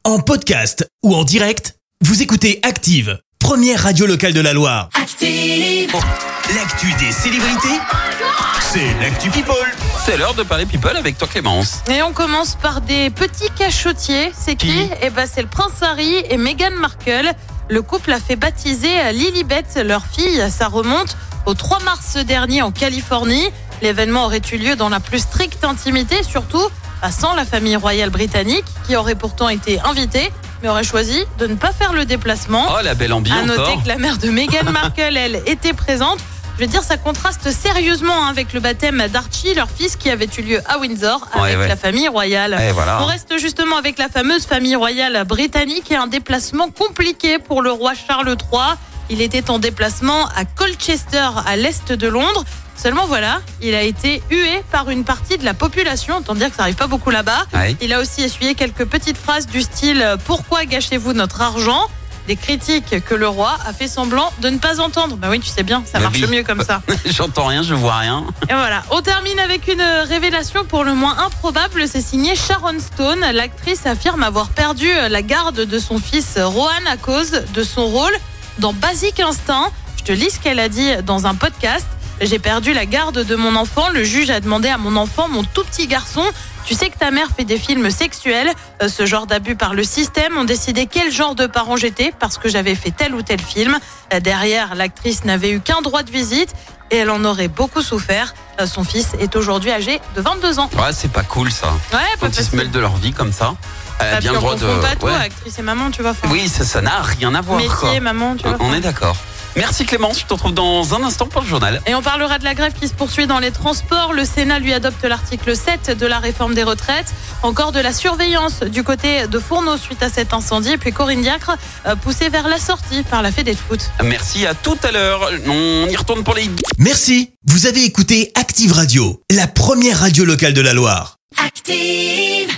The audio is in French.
En podcast ou en direct, vous écoutez Active, première radio locale de la Loire. Active! L'actu des célébrités, c'est l'actu People. C'est l'heure de parler People avec toi Clémence. Et on commence par des petits cachotiers. C'est qui? C'est le prince Harry et Meghan Markle. Le couple a fait baptiser Lilibet, leur fille. Ça remonte au 3 mars dernier en Californie. L'événement aurait eu lieu dans la plus stricte intimité, surtout sans la famille royale britannique, qui aurait pourtant été invitée, mais aurait choisi de ne pas faire le déplacement. Oh, la belle ambiance. À noter que la mère de Meghan Markle, elle, était présente. Je veux dire, ça contraste sérieusement avec le baptême d'Archie, leur fils, qui avait eu lieu à Windsor avec la famille royale. Voilà. On reste justement avec la fameuse famille royale britannique et un déplacement compliqué pour le roi Charles III. Il était en déplacement à Colchester, à l'est de Londres. Seulement voilà, il a été hué par une partie de la population, autant dire que ça n'arrive pas beaucoup là-bas. Il a aussi essuyé quelques petites phrases du style « Pourquoi gâchez-vous notre argent ?» Des critiques que le roi a fait semblant de ne pas entendre. Bah oui, tu sais bien, ça marche mieux comme ça. J'entends rien, je vois rien. Et voilà, on termine avec une révélation pour le moins improbable. C'est signé Sharon Stone. L'actrice affirme avoir perdu la garde de son fils Rohan à cause de son rôle dans Basic Instinct. Je te lis ce qu'elle a dit dans un podcast. J'ai perdu la garde de mon enfant. Le juge a demandé à mon enfant, mon tout petit garçon, tu sais que ta mère fait des films sexuels. Ce genre d'abus par le système ont décidé quel genre de parent j'étais parce que j'avais fait tel ou tel film. Derrière, l'actrice n'avait eu qu'un droit de visite et elle en aurait beaucoup souffert. Son fils est aujourd'hui âgé de 22 ans. Ouais, c'est pas cool ça. Ouais, quand ils se mêlent de leur vie comme ça. Elle a bien le droit de. Pas tout, actrice et maman, tu vois. Oui, ça n'a rien à voir. Métier, maman, tu vois. On est d'accord. Merci Clémence, je te retrouve dans un instant pour le journal. Et on parlera de la grève qui se poursuit dans les transports. Le Sénat lui adopte l'article 7 de la réforme des retraites. Encore de la surveillance du côté de Fourneau suite à cet incendie. Et puis Corinne Diacre poussée vers la sortie par la Fédé de foot. Merci, à tout à l'heure. On y retourne pour les... Merci, vous avez écouté Active Radio, la première radio locale de la Loire. Active!